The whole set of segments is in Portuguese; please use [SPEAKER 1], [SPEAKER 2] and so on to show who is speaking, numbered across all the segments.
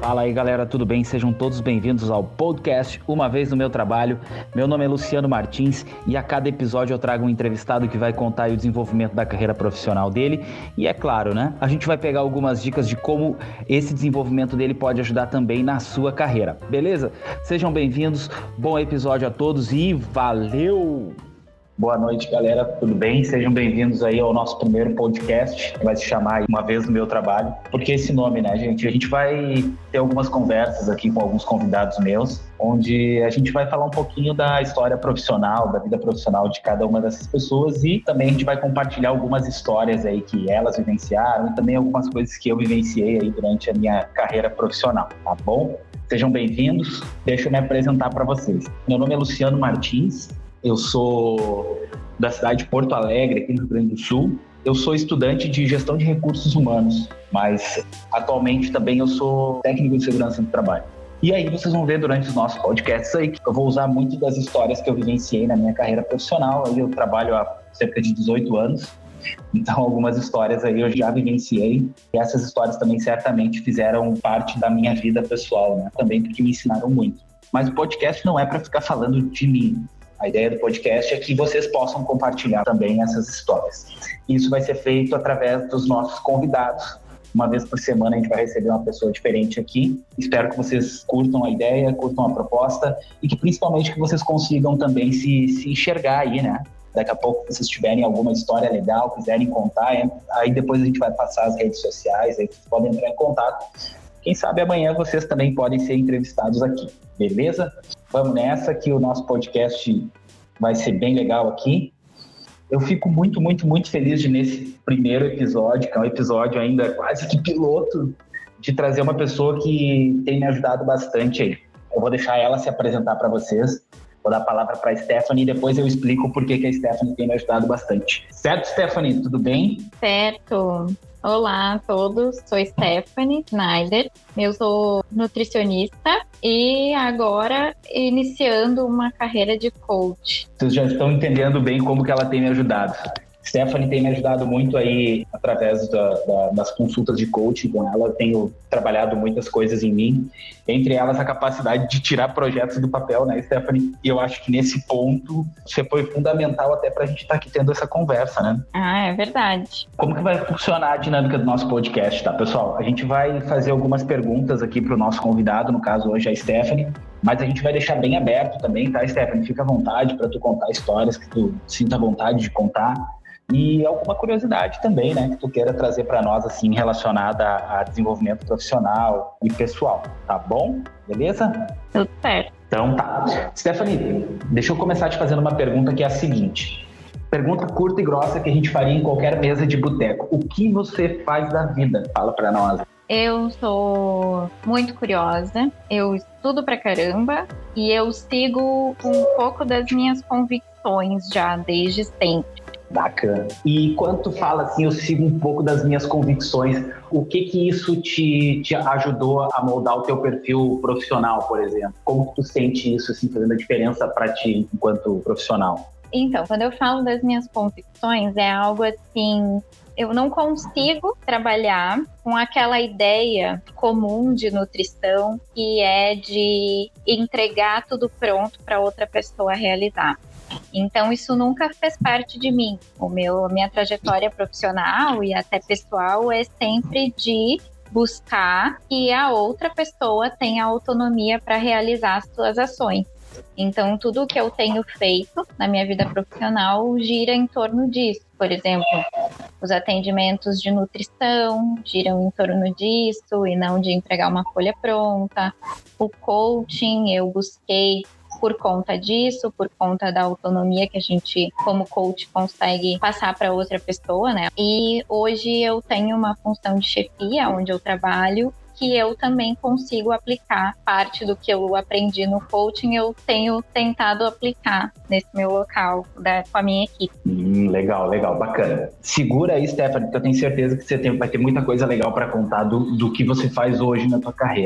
[SPEAKER 1] Fala aí, galera, tudo bem? Sejam todos bem-vindos ao podcast Uma Vez no Meu Trabalho. Meu nome é Luciano Martins e a cada episódio eu trago um entrevistado que vai contar aí o desenvolvimento da carreira profissional dele. E é claro, né? A gente vai pegar algumas dicas de como esse desenvolvimento dele pode ajudar também na sua carreira, beleza? Sejam bem-vindos, bom episódio a todos e valeu! Boa noite, galera, tudo bem? Sejam bem-vindos aí ao nosso primeiro podcast, que vai se chamar Uma Vez no Meu Trabalho. Por que esse nome, né, gente? A gente vai ter algumas conversas aqui com alguns convidados meus, onde a gente vai falar um pouquinho da história profissional, da vida profissional de cada uma dessas pessoas e também a gente vai compartilhar algumas histórias aí que elas vivenciaram e também algumas coisas que eu vivenciei aí durante a minha carreira profissional, tá bom? Sejam bem-vindos, deixa eu me apresentar para vocês. Meu nome é Luciano Martins. Eu sou da cidade de Porto Alegre, aqui no Rio Grande do Sul. Eu sou estudante de gestão de recursos humanos, mas atualmente também eu sou técnico de segurança do trabalho. E aí vocês vão ver durante os nossos podcasts aí que eu vou usar muito das histórias que eu vivenciei na minha carreira profissional. Aí eu trabalho há cerca de 18 anos, então algumas histórias aí eu já vivenciei. E essas histórias também certamente fizeram parte da minha vida pessoal, né? Também porque me ensinaram muito. Mas o podcast não é para ficar falando de mim. A ideia do podcast é que vocês possam compartilhar também essas histórias. Isso vai ser feito através dos nossos convidados. Uma vez por semana a gente vai receber uma pessoa diferente aqui. Espero que vocês curtam a ideia, curtam a proposta e que principalmente que vocês consigam também se enxergar aí, né? Daqui a pouco, se vocês tiverem alguma história legal, quiserem contar, aí depois a gente vai passar as redes sociais, aí vocês podem entrar em contato. Quem sabe amanhã vocês também podem ser entrevistados aqui, beleza? Vamos nessa que o nosso podcast vai ser bem legal aqui. Eu fico muito, muito, muito feliz de nesse primeiro episódio, que é um episódio ainda quase que piloto, de trazer uma pessoa que tem me ajudado bastante aí. Eu vou deixar ela se apresentar para vocês. Vou dar a palavra para a Stephanie e depois eu explico por que a Stephanie tem me ajudado bastante. Certo, Stephanie? Tudo bem?
[SPEAKER 2] Certo. Olá a todos, sou Stephanie Schneider, eu sou nutricionista e agora iniciando uma carreira de coach.
[SPEAKER 1] Vocês já estão entendendo bem como que ela tem me ajudado. Stephanie tem me ajudado muito aí através das consultas de coaching com ela. Eu tenho trabalhado muitas coisas em mim, entre elas a capacidade de tirar projetos do papel, né, Stephanie? E eu acho que nesse ponto você foi fundamental até para a gente estar aqui tendo essa conversa, né?
[SPEAKER 2] Ah, é verdade.
[SPEAKER 1] Como que vai funcionar a dinâmica do nosso podcast, tá, pessoal? A gente vai fazer algumas perguntas aqui para o nosso convidado, no caso hoje a Stephanie, mas a gente vai deixar bem aberto também, tá, Stephanie? Fica à vontade para tu contar histórias que tu sinta vontade de contar. E alguma curiosidade também, né, que tu queira trazer para nós, assim, relacionada a desenvolvimento profissional e pessoal, tá bom? Beleza?
[SPEAKER 2] Tudo certo.
[SPEAKER 1] Então tá. Stephanie, deixa eu começar te fazendo uma pergunta que é a seguinte. Pergunta curta e grossa que a gente faria em qualquer mesa de boteco. O que você faz da vida? Fala para nós.
[SPEAKER 2] Eu sou muito curiosa, eu estudo pra caramba e eu sigo um pouco das minhas convicções já desde sempre.
[SPEAKER 1] Bacana. E quando tu fala assim, eu sigo um pouco das minhas convicções, o que isso te ajudou a moldar o teu perfil profissional, por exemplo? Como tu sente isso, assim, fazendo a diferença para ti enquanto profissional?
[SPEAKER 2] Então, quando eu falo das minhas convicções, é algo assim, eu não consigo trabalhar com aquela ideia comum de nutrição, que é de entregar tudo pronto para outra pessoa realizar. Então, isso nunca fez parte de mim. A minha trajetória profissional e até pessoal é sempre de buscar que a outra pessoa tenha autonomia para realizar as suas ações. Então, tudo que eu tenho feito na minha vida profissional gira em torno disso. Por exemplo, os atendimentos de nutrição giram em torno disso e não de entregar uma folha pronta. O coaching eu busquei por conta disso, por conta da autonomia que a gente, como coach, consegue passar para outra pessoa, né? E hoje eu tenho uma função de chefia, onde eu trabalho, que eu também consigo aplicar parte do que eu aprendi no coaching, eu tenho tentado aplicar nesse meu local, com a minha equipe.
[SPEAKER 1] Legal, bacana. Segura aí, Stephanie, porque eu tenho certeza que você vai ter muita coisa legal para contar do que você faz hoje na tua carreira.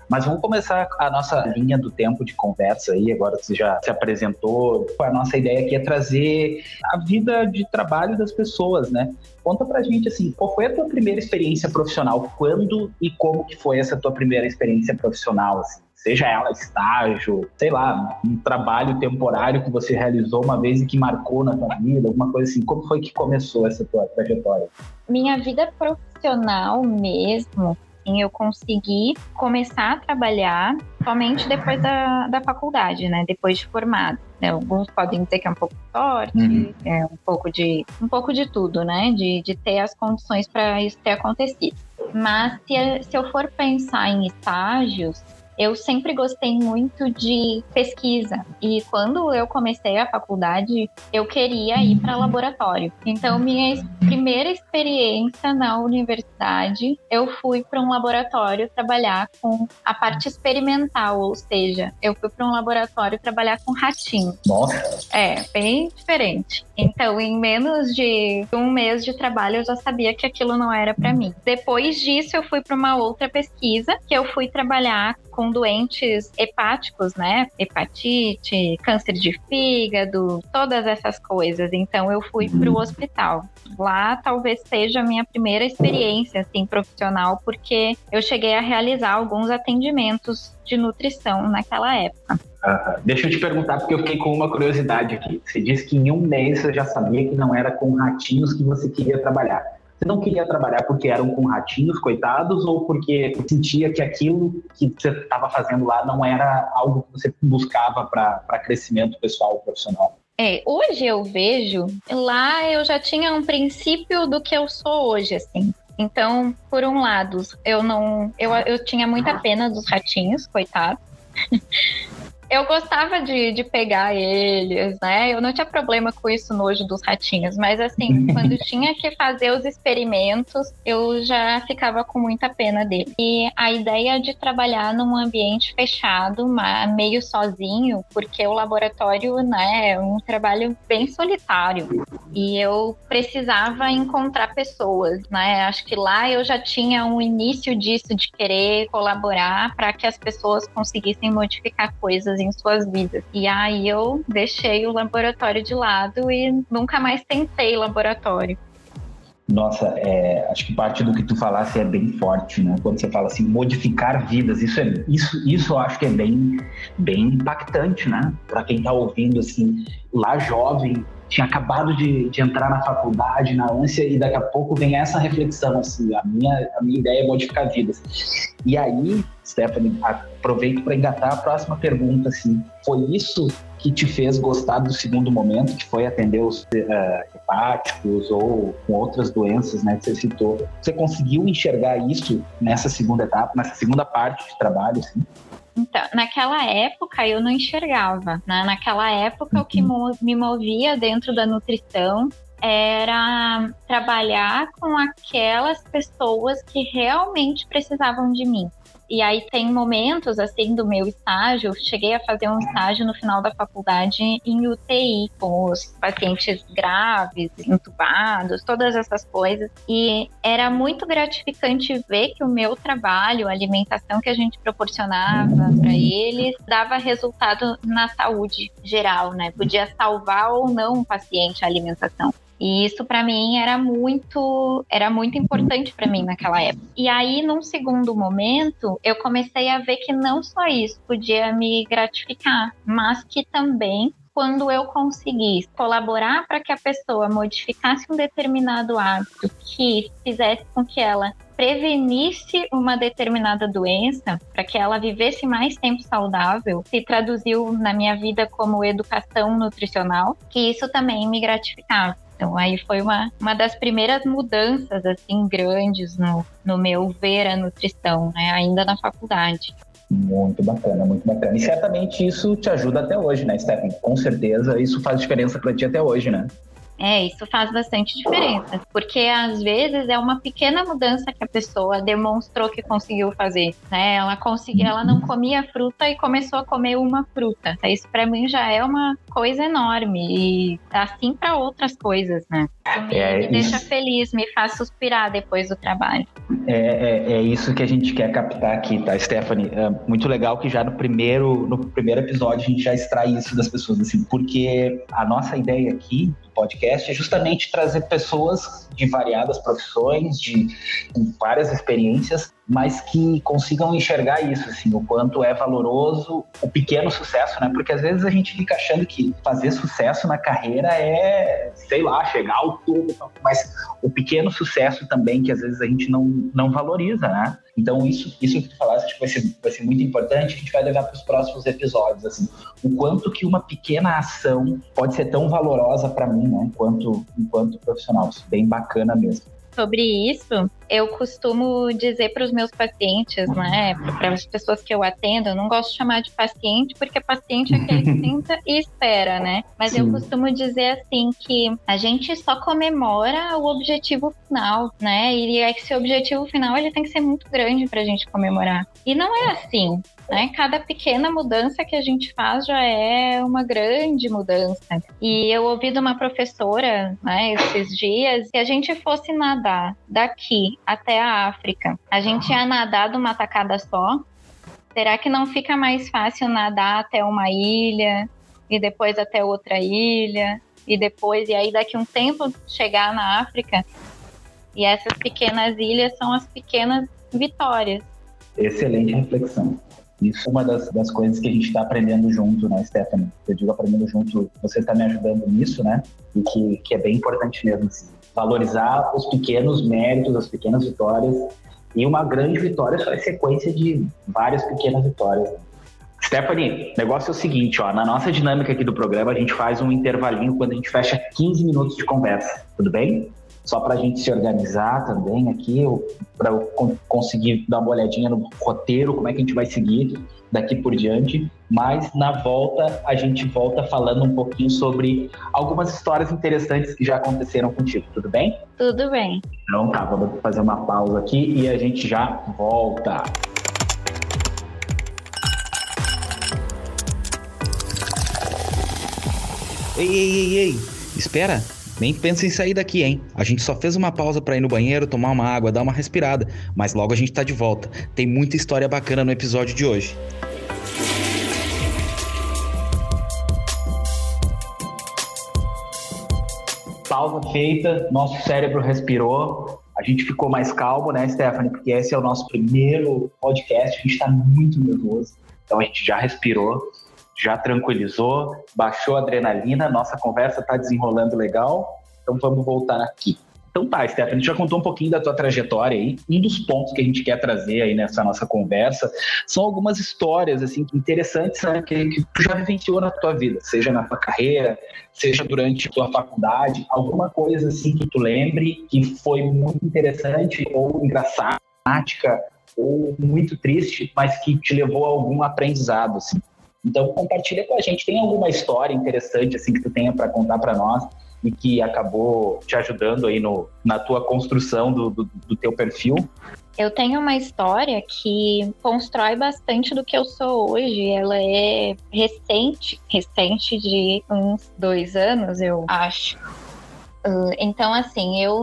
[SPEAKER 1] Mas vamos começar a nossa linha do tempo de conversa aí, agora que você já se apresentou. A nossa ideia aqui é trazer a vida de trabalho das pessoas, né? Conta pra gente, assim, qual foi a tua primeira experiência profissional? Quando e como que foi essa tua primeira experiência profissional, assim? Seja ela estágio, sei lá, um trabalho temporário que você realizou uma vez e que marcou na tua vida, alguma coisa assim. Como foi que começou essa tua trajetória?
[SPEAKER 2] Minha vida profissional mesmo, assim, eu consegui começar a trabalhar somente depois da faculdade, né? Depois de formado. Alguns podem dizer que é um pouco de sorte, é um pouco de tudo, né? De ter as condições para isso ter acontecido. Mas se eu for pensar em estágios, eu sempre gostei muito de pesquisa. E quando eu comecei a faculdade, eu queria ir para laboratório. Então, minha primeira experiência na universidade, eu fui para um laboratório trabalhar com a parte experimental, ou seja, eu fui para um laboratório trabalhar com ratinho.
[SPEAKER 1] Nossa!
[SPEAKER 2] É, bem diferente. Então, em menos de um mês de trabalho, eu já sabia que aquilo não era para mim. Depois disso, eu fui para uma outra pesquisa, que eu fui trabalhar com doentes hepáticos, né? Hepatite, câncer de fígado, todas essas coisas. Então, eu fui para o hospital. Lá, talvez seja a minha primeira experiência, assim, profissional, porque eu cheguei a realizar alguns atendimentos de nutrição naquela época.
[SPEAKER 1] Deixa eu te perguntar, porque eu fiquei com uma curiosidade aqui. Você disse que em um mês você já sabia que não era com ratinhos que você queria trabalhar. Você não queria trabalhar porque eram com ratinhos, coitados, ou porque sentia que aquilo que você estava fazendo lá não era algo que você buscava para crescimento pessoal, profissional?
[SPEAKER 2] Hoje eu vejo, lá eu já tinha um princípio do que eu sou hoje, assim. Então, por um lado, eu tinha muita pena dos ratinhos, coitados. Eu gostava de pegar eles, né? Eu não tinha problema com isso, nojo dos ratinhos. Mas, assim, quando tinha que fazer os experimentos, eu já ficava com muita pena deles. E a ideia de trabalhar num ambiente fechado, meio sozinho, porque o laboratório, né, é um trabalho bem solitário. E eu precisava encontrar pessoas, né? Acho que lá eu já tinha um início disso, de querer colaborar para que as pessoas conseguissem modificar coisas em suas vidas. E aí eu deixei o laboratório de lado e nunca mais tentei laboratório.
[SPEAKER 1] Nossa, acho que parte do que tu falasse é bem forte, né? Quando você fala assim, modificar vidas, isso eu acho que é bem impactante, né? Para quem tá ouvindo, assim, lá jovem, tinha acabado de entrar na faculdade, na ânsia, e daqui a pouco vem essa reflexão, assim, a minha ideia é modificar vidas. E aí, Stephanie, aproveito para engatar a próxima pergunta, assim, foi isso que te fez gostar do segundo momento, que foi atender os hepáticos ou com outras doenças, né, que você citou? Você conseguiu enxergar isso nessa segunda etapa, nessa segunda parte de trabalho, assim?
[SPEAKER 2] Então, naquela época eu não enxergava, né? Naquela época o que me movia dentro da nutrição era trabalhar com aquelas pessoas que realmente precisavam de mim. E aí tem momentos, assim, do meu estágio, eu cheguei a fazer um estágio no final da faculdade em UTI, com os pacientes graves, entubados, todas essas coisas. E era muito gratificante ver que o meu trabalho, a alimentação que a gente proporcionava para eles, dava resultado na saúde geral, né? Podia salvar ou não um paciente a alimentação. E isso para mim era muito importante para mim naquela época. E aí, num segundo momento, eu comecei a ver que não só isso podia me gratificar, mas que também, quando eu conseguisse colaborar para que a pessoa modificasse um determinado hábito que fizesse com que ela prevenisse uma determinada doença, para que ela vivesse mais tempo saudável, se traduziu na minha vida como educação nutricional, que isso também me gratificava. Então, aí foi uma das primeiras mudanças, assim, grandes no meu ver a nutrição, né? Ainda na faculdade.
[SPEAKER 1] Muito bacana, muito bacana. E certamente isso te ajuda até hoje, né, Stephanie? Com certeza isso faz diferença para ti até hoje, né?
[SPEAKER 2] Isso faz bastante diferença, porque às vezes é uma pequena mudança que a pessoa demonstrou que conseguiu fazer, né? Ela não comia fruta e começou a comer uma fruta. Isso para mim já é uma coisa enorme. E assim para outras coisas, né? Me deixa feliz, me faz suspirar depois do trabalho.
[SPEAKER 1] É isso que a gente quer captar aqui, tá, Stephanie? É muito legal que já no primeiro episódio a gente já extrai isso das pessoas, assim, porque a nossa ideia aqui do podcast é justamente trazer pessoas de variadas profissões, com várias experiências, mas que consigam enxergar isso, assim, o quanto é valoroso o pequeno sucesso, né? Porque às vezes a gente fica achando que fazer sucesso na carreira é, sei lá, chegar ao topo, mas o pequeno sucesso também, que às vezes a gente não valoriza, né? Então isso que tu falaste, acho que vai ser muito importante, a gente vai levar para os próximos episódios, assim, o quanto que uma pequena ação pode ser tão valorosa para mim, né, enquanto profissional. Isso é bem bacana mesmo.
[SPEAKER 2] Sobre isso, eu costumo dizer para os meus pacientes, né, para as pessoas que eu atendo, eu não gosto de chamar de paciente, porque paciente é aquele que senta e espera, né? Mas Sim. Eu costumo dizer assim que a gente só comemora o objetivo final, né? E esse objetivo final ele tem que ser muito grande para a gente comemorar. E não é assim, né? Cada pequena mudança que a gente faz já é uma grande mudança. E eu ouvi de uma professora, né, esses dias, que a gente fosse nadar daqui até a África, a gente ia nadar de uma tacada só? Será que não fica mais fácil nadar até uma ilha e depois até outra ilha e aí daqui um tempo chegar na África? E essas pequenas ilhas são as pequenas vitórias.
[SPEAKER 1] Excelente reflexão. Isso é uma das coisas que a gente está aprendendo junto, né, Stephanie? Eu digo aprendendo junto, você está me ajudando nisso, né? E que é bem importante mesmo, assim, valorizar os pequenos méritos, as pequenas vitórias. E uma grande vitória só é sequência de várias pequenas vitórias. Stephanie, o negócio é o seguinte, ó, na nossa dinâmica aqui do programa, a gente faz um intervalinho quando a gente fecha 15 minutos de conversa, tudo bem? Só para a gente se organizar também aqui, para eu conseguir dar uma olhadinha no roteiro, como é que a gente vai seguir daqui por diante. Mas na volta, a gente volta falando um pouquinho sobre algumas histórias interessantes que já aconteceram contigo, tudo bem?
[SPEAKER 2] Tudo bem.
[SPEAKER 1] Então tá, vamos fazer uma pausa aqui e a gente já volta. Ei, espera! Nem pensa em sair daqui, hein? A gente só fez uma pausa pra ir no banheiro, tomar uma água, dar uma respirada, mas logo a gente tá de volta. Tem muita história bacana no episódio de hoje. Pausa feita, nosso cérebro respirou, a gente ficou mais calmo, né, Stephanie? Porque esse é o nosso primeiro podcast, a gente tá muito nervoso, então a gente já respirou, já tranquilizou, baixou a adrenalina, nossa conversa está desenrolando legal, então vamos voltar aqui. Então tá, Stephanie, a gente já contou um pouquinho da tua trajetória aí. Um dos pontos que a gente quer trazer aí nessa nossa conversa são algumas histórias assim, interessantes, né, que tu já vivenciou na tua vida, seja na tua carreira, seja durante a tua faculdade, alguma coisa assim que tu lembre que foi muito interessante ou engraçada, ou muito triste, mas que te levou a algum aprendizado, assim. Então, compartilha com a gente. Tem alguma história interessante assim que tu tenha para contar para nós e que acabou te ajudando aí na tua construção do teu perfil?
[SPEAKER 2] Eu tenho uma história que constrói bastante do que eu sou hoje. Ela é recente de uns 2 anos, eu acho. Então, assim, eu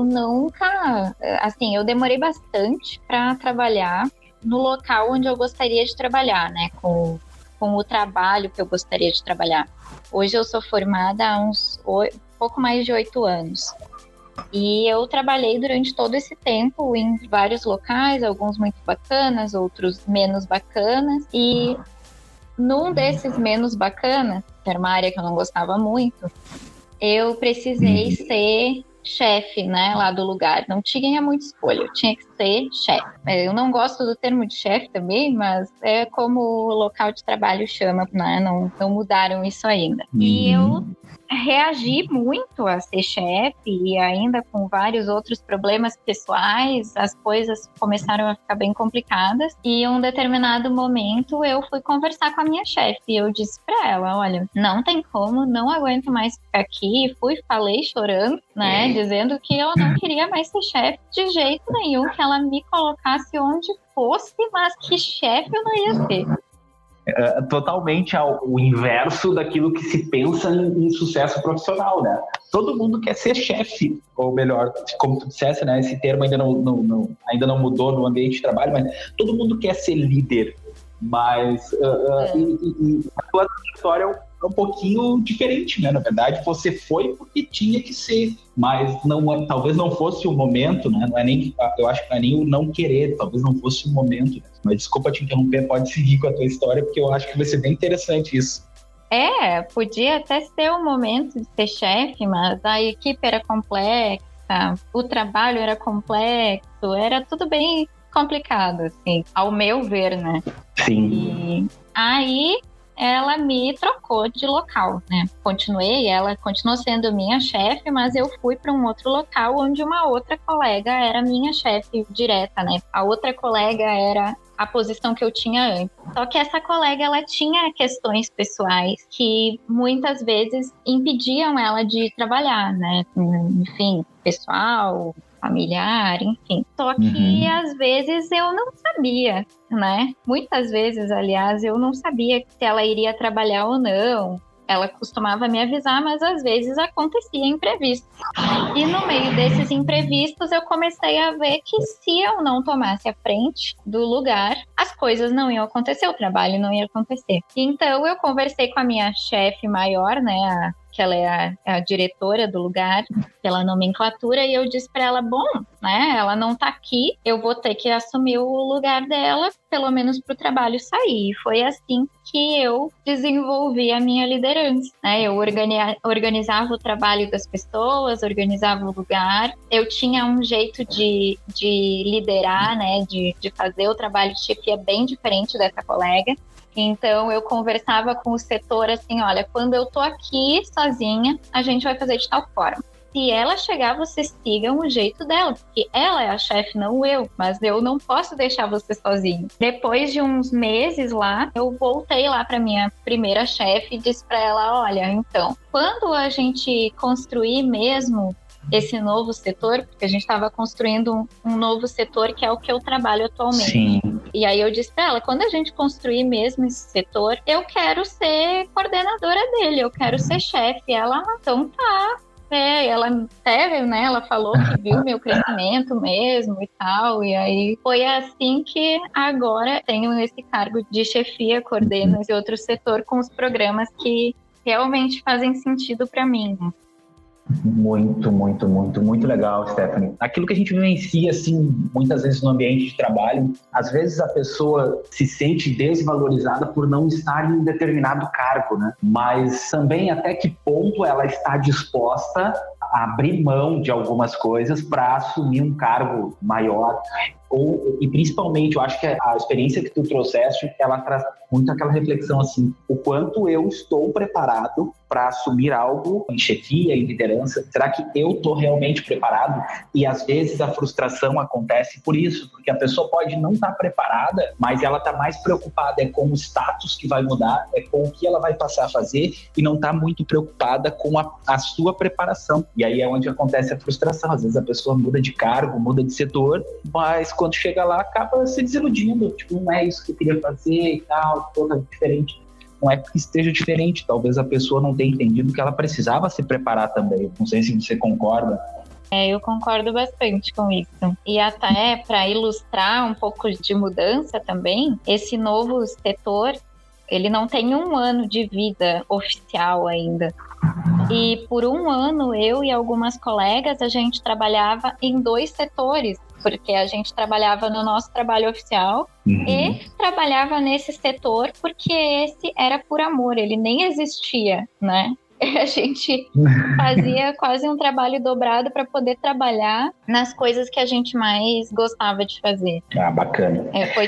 [SPEAKER 2] demorei bastante para trabalhar no local onde eu gostaria de trabalhar, né, com o trabalho que eu gostaria de trabalhar. Hoje eu sou formada há pouco mais de 8 anos. E eu trabalhei durante todo esse tempo em vários locais, alguns muito bacanas, outros menos bacanas. E num desses menos bacanas, que era uma área que eu não gostava muito, eu precisei ser chefe, né, lá do lugar. Não tinha muita escolha, eu tinha que ser chefe. Eu não gosto do termo de chefe também, mas é como o local de trabalho chama, né? Não mudaram isso ainda. E eu reagi muito a ser chefe e ainda com vários outros problemas pessoais, as coisas começaram a ficar bem complicadas e em um determinado momento eu fui conversar com a minha chefe e eu disse pra ela, olha, não tem como, não aguento mais ficar aqui, falei chorando, né, dizendo que eu não queria mais ser chefe de jeito nenhum, que ela me colocasse onde fosse, mas que chefe eu não ia ser.
[SPEAKER 1] totalmente o inverso daquilo que se pensa em sucesso profissional, né? Todo mundo quer ser chefe, ou melhor, como tu dissesse, né? Esse termo ainda não mudou no ambiente de trabalho, mas todo mundo quer ser líder. Mas a tua trajetória é um pouquinho diferente, né? Na verdade, você foi porque tinha que ser, mas talvez não fosse o momento, né? Eu acho que não é nem o não querer, talvez não fosse o momento. Mas desculpa te interromper, pode seguir com a tua história, porque eu acho que vai ser bem interessante isso.
[SPEAKER 2] Podia até ser o momento de ser chefe, mas a equipe era complexa, o trabalho era complexo, era tudo bem complicado, assim, ao meu ver, né?
[SPEAKER 1] Sim.
[SPEAKER 2] E aí ela me trocou de local, né? Ela continuou sendo minha chefe, mas eu fui para um outro local onde uma outra colega era minha chefe direta, né? A outra colega era a posição que eu tinha antes. Só que essa colega, ela tinha questões pessoais que muitas vezes impediam ela de trabalhar, né? Enfim, pessoal, familiar, enfim. Só que às vezes eu não sabia, né? Muitas vezes, aliás, eu não sabia se ela iria trabalhar ou não. Ela costumava me avisar, mas às vezes acontecia imprevisto. E no meio desses imprevistos, eu comecei a ver que se eu não tomasse a frente do lugar, as coisas não iam acontecer, o trabalho não ia acontecer. Então, eu conversei com a minha chefe maior, né, que ela é a diretora do lugar, pela nomenclatura, e eu disse para ela, bom, né, ela não tá aqui, eu vou ter que assumir o lugar dela, pelo menos para o trabalho sair. E foi assim que eu desenvolvi a minha liderança, né, eu organizava o trabalho das pessoas, organizava o lugar, eu tinha um jeito de liderar, né, de fazer o trabalho de chefia bem diferente dessa colega. Então, eu conversava com o setor assim, olha, quando eu tô aqui sozinha, a gente vai fazer de tal forma. Se ela chegar, vocês sigam o jeito dela, porque ela é a chefe, não eu, mas eu não posso deixar você sozinho. Depois de uns meses lá, eu voltei lá para minha primeira chefe e disse para ela, olha, então, quando a gente construir mesmo esse novo setor, porque a gente estava construindo um novo setor que é o que eu trabalho atualmente.
[SPEAKER 1] Sim.
[SPEAKER 2] E aí eu disse para ela, quando a gente construir mesmo esse setor, eu quero ser coordenadora dele, eu quero ser chefe. E ela, então tá. Ela até, né, ela falou que viu meu crescimento mesmo e tal, e aí foi assim que agora tenho esse cargo de chefia, coordeno esse outro setor com os programas que realmente fazem sentido para mim.
[SPEAKER 1] Muito, muito, muito, muito legal, Stephanie. Aquilo que a gente vivencia, assim, muitas vezes no ambiente de trabalho, às vezes a pessoa se sente desvalorizada por não estar em um determinado cargo, né? Mas também até que ponto ela está disposta a abrir mão de algumas coisas para assumir um cargo maior. E principalmente, eu acho que a experiência que tu trouxeste, ela traz muito aquela reflexão assim, o quanto eu estou preparado para assumir algo em chefia, em liderança. Será que eu estou realmente preparado? E às vezes a frustração acontece por isso, porque a pessoa pode não estar preparada, mas ela está mais preocupada com o status que vai mudar, com o que ela vai passar a fazer, e não está muito preocupada com a sua preparação. E aí é onde acontece a frustração. Às vezes a pessoa muda de cargo, muda de setor, mas quando chega lá, acaba se desiludindo. Tipo, não é isso que eu queria fazer e tal, toda diferente. Não é que esteja diferente. Talvez a pessoa não tenha entendido que ela precisava se preparar também. Não sei se você concorda.
[SPEAKER 2] Eu concordo bastante com isso. E até para ilustrar um pouco de mudança também, esse novo setor, ele não tem 1 ano de vida oficial ainda. E por 1 ano, eu e algumas colegas, a gente trabalhava em 2 setores, porque a gente trabalhava no nosso trabalho oficial e trabalhava nesse setor porque esse era por amor, ele nem existia, né? A gente fazia quase um trabalho dobrado para poder trabalhar nas coisas que a gente mais gostava de fazer.
[SPEAKER 1] Ah, bacana.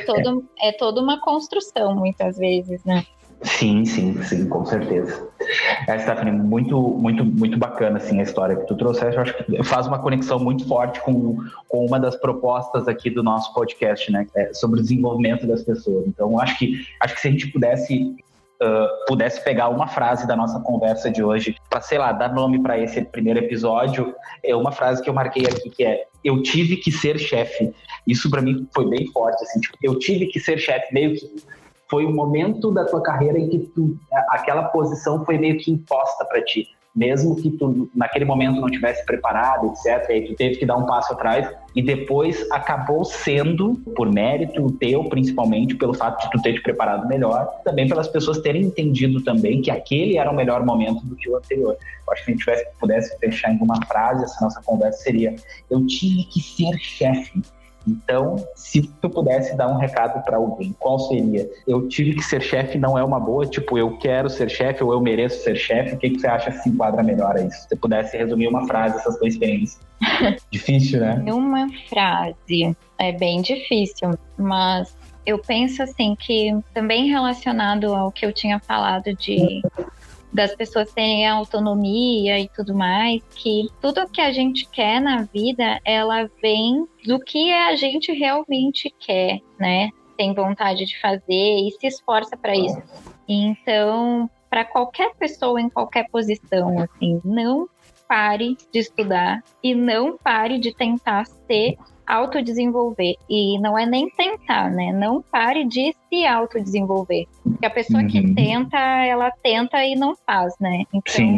[SPEAKER 2] É toda uma construção, muitas vezes, né?
[SPEAKER 1] Sim, com certeza. Stephanie, muito, muito, muito bacana assim, a história que tu trouxeste. Eu acho que faz uma conexão muito forte com uma das propostas aqui do nosso podcast, né? Sobre o desenvolvimento das pessoas. Então, acho que se a gente pudesse pegar uma frase da nossa conversa de hoje para, sei lá, dar nome para esse primeiro episódio, é uma frase que eu marquei aqui, que é: eu tive que ser chefe. Isso para mim foi bem forte, assim, tipo, eu tive que ser chefe, meio que foi o momento da tua carreira em que aquela posição foi meio que imposta para ti. Mesmo que tu, naquele momento, não tivesse preparado, etc., aí tu teve que dar um passo atrás e depois acabou sendo, por mérito teu, principalmente, pelo fato de tu ter te preparado melhor, também pelas pessoas terem entendido também que aquele era o melhor momento do que o anterior. Eu acho que se a gente pudesse fechar em uma frase essa nossa conversa seria: eu tive que ser chefe. Então, se tu pudesse dar um recado para alguém, qual seria? Eu tive que ser chefe não é uma boa, tipo, eu quero ser chefe ou eu mereço ser chefe, o que você acha que se enquadra melhor a isso? Se você pudesse resumir uma frase, essas duas experiências. Difícil, né?
[SPEAKER 2] Uma frase é bem difícil, mas eu penso assim que também relacionado ao que eu tinha falado das pessoas terem autonomia e tudo mais, que tudo que a gente quer na vida, ela vem do que a gente realmente quer, né? Tem vontade de fazer e se esforça para isso. Então, para qualquer pessoa em qualquer posição, assim, não pare de estudar e não pare de tentar se autodesenvolver. E não é nem tentar, né? Não pare de se autodesenvolver. Porque a pessoa que tenta, ela tenta e não faz, né? Então,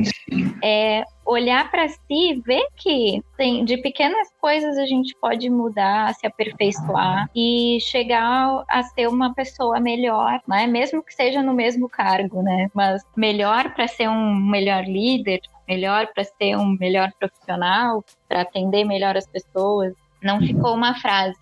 [SPEAKER 2] olhar para si, ver que de pequenas coisas a gente pode mudar, se aperfeiçoar e chegar a ser uma pessoa melhor, né? Mesmo que seja no mesmo cargo, né? Mas melhor para ser um melhor líder, melhor para ser um melhor profissional, para atender melhor as pessoas. Não ficou uma frase.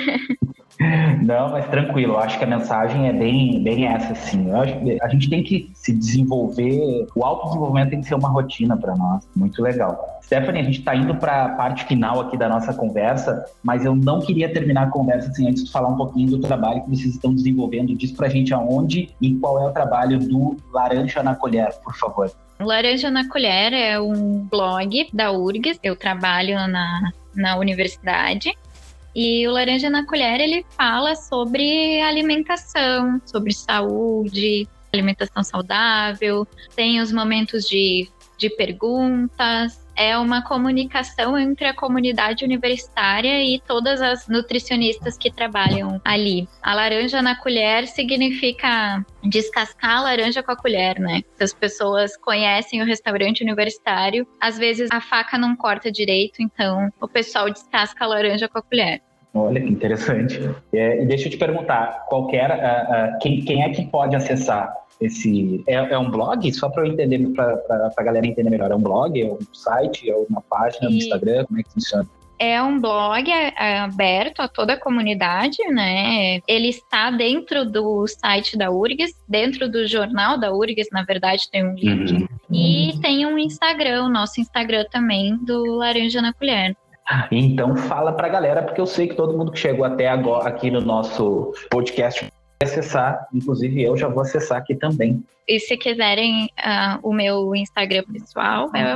[SPEAKER 1] Não, mas tranquilo, eu acho que a mensagem é bem essa, assim. Eu acho que a gente tem que se desenvolver, o autodesenvolvimento tem que ser uma rotina para nós, muito legal. Stephanie, a gente está indo para a parte final aqui da nossa conversa, mas eu não queria terminar a conversa sem antes de falar um pouquinho do trabalho que vocês estão desenvolvendo. Diz para a gente aonde e qual é o trabalho do Laranja na Colher, por favor.
[SPEAKER 2] Laranja na Colher é um blog da URGS, eu trabalho na universidade. E o Laranja na Colher, ele fala sobre alimentação, sobre saúde, alimentação saudável, tem os momentos de perguntas, é uma comunicação entre a comunidade universitária e todas as nutricionistas que trabalham ali. A laranja na colher significa descascar a laranja com a colher, né? Se as pessoas conhecem o restaurante universitário, às vezes a faca não corta direito, então o pessoal descasca a laranja com a colher.
[SPEAKER 1] Olha que interessante. E deixa eu te perguntar, quem é que pode acessar esse... É um blog? Só para eu entender, para a galera entender melhor. É um blog? É um site? É uma página no Instagram? Como é que funciona?
[SPEAKER 2] É um blog aberto a toda a comunidade, né? Ele está dentro do site da URGS, dentro do jornal da URGS, na verdade, tem um link. E tem um Instagram, o nosso Instagram também, do Laranja na Colher.
[SPEAKER 1] Então fala pra galera, porque eu sei que todo mundo que chegou até agora aqui no nosso podcast vai acessar, inclusive eu já vou acessar aqui também.
[SPEAKER 2] E se quiserem, o meu Instagram pessoal é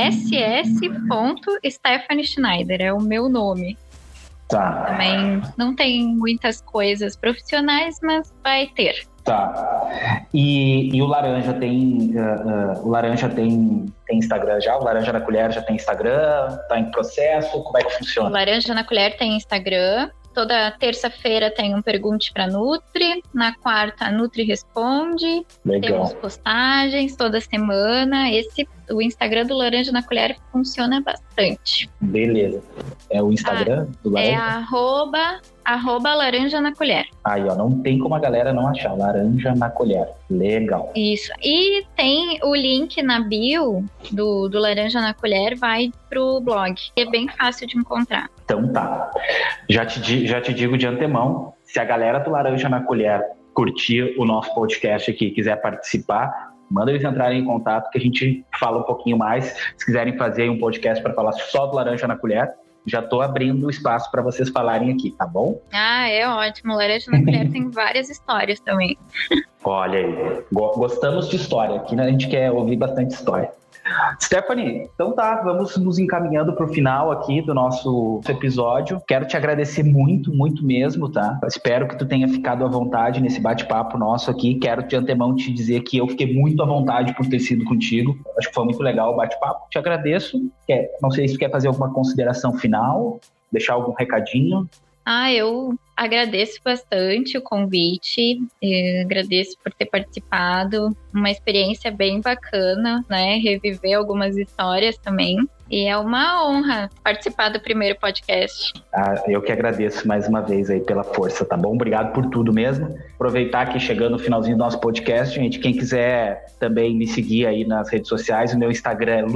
[SPEAKER 2] ss.stephanieschneider, é o meu nome.
[SPEAKER 1] Tá.
[SPEAKER 2] Também não tem muitas coisas profissionais, mas vai ter.
[SPEAKER 1] Tá. E o Laranja tem Instagram já? O Laranja na Colher já tem Instagram? Tá em processo? Como é que funciona?
[SPEAKER 2] O Laranja na Colher tem Instagram. Toda terça-feira tem um Pergunte pra Nutri. Na quarta, a Nutri responde.
[SPEAKER 1] Legal.
[SPEAKER 2] Temos postagens toda semana. O Instagram do Laranja na Colher funciona bastante.
[SPEAKER 1] Beleza. É o Instagram do Laranja?
[SPEAKER 2] É @, Laranja na Colher.
[SPEAKER 1] Aí, ó, não tem como a galera não achar. Laranja na Colher. Legal.
[SPEAKER 2] Isso. E tem o link na bio do Laranja na Colher, vai pro blog. É bem fácil de encontrar.
[SPEAKER 1] Então tá. Já te digo de antemão, se a galera do Laranja na Colher curtir o nosso podcast aqui e quiser participar, manda eles entrarem em contato que a gente fala um pouquinho mais. Se quiserem fazer um podcast para falar só do Laranja na Colher, já estou abrindo o espaço para vocês falarem aqui, tá bom?
[SPEAKER 2] É ótimo. Laranja na Colher tem várias histórias também.
[SPEAKER 1] Olha aí, gostamos de história. Aqui a gente quer ouvir bastante história. Stephanie, então tá, vamos nos encaminhando pro final aqui do nosso episódio. Quero te agradecer muito, muito mesmo, tá? Espero que tu tenha ficado à vontade nesse bate-papo nosso aqui. Quero de antemão te dizer que eu fiquei muito à vontade por ter sido contigo. Acho que foi muito legal o bate-papo. Te agradeço. Não sei se tu quer fazer alguma consideração final, deixar algum recadinho.
[SPEAKER 2] Eu agradeço bastante o convite, agradeço por ter participado, uma experiência bem bacana, né? Reviver algumas histórias também. E é uma honra participar do primeiro podcast.
[SPEAKER 1] Eu que agradeço mais uma vez aí pela força, tá bom? Obrigado por tudo mesmo. Aproveitar que chegando no finalzinho do nosso podcast, gente, quem quiser também me seguir aí nas redes sociais, o meu Instagram é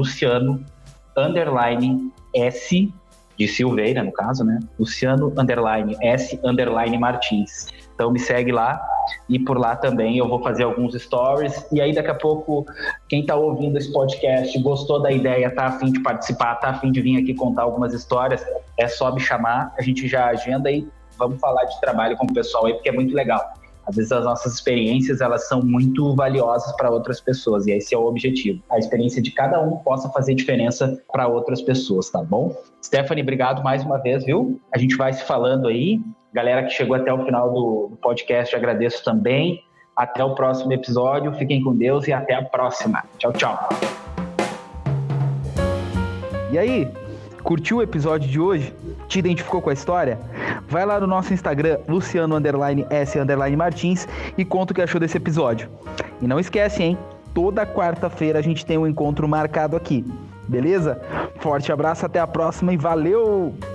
[SPEAKER 1] Luciano_S de Silveira, no caso, né? Luciano_S_Martins. Então me segue lá e por lá também eu vou fazer alguns stories. E aí daqui a pouco, quem tá ouvindo esse podcast, gostou da ideia, tá a fim de participar, tá a fim de vir aqui contar algumas histórias, é só me chamar, a gente já agenda e vamos falar de trabalho com o pessoal aí, porque é muito legal. Às vezes as nossas experiências, elas são muito valiosas para outras pessoas, e esse é o objetivo. A experiência de cada um possa fazer diferença para outras pessoas, tá bom? Stephanie, obrigado mais uma vez, viu? A gente vai se falando aí. Galera que chegou até o final do podcast, agradeço também. Até o próximo episódio. Fiquem com Deus e até a próxima. Tchau, tchau. E aí, curtiu o episódio de hoje? Te identificou com a história? Vai lá no nosso Instagram, Luciano_S_Martins, e conta o que achou desse episódio. E não esquece, hein? Toda quarta-feira a gente tem um encontro marcado aqui. Beleza? Forte abraço, até a próxima e valeu!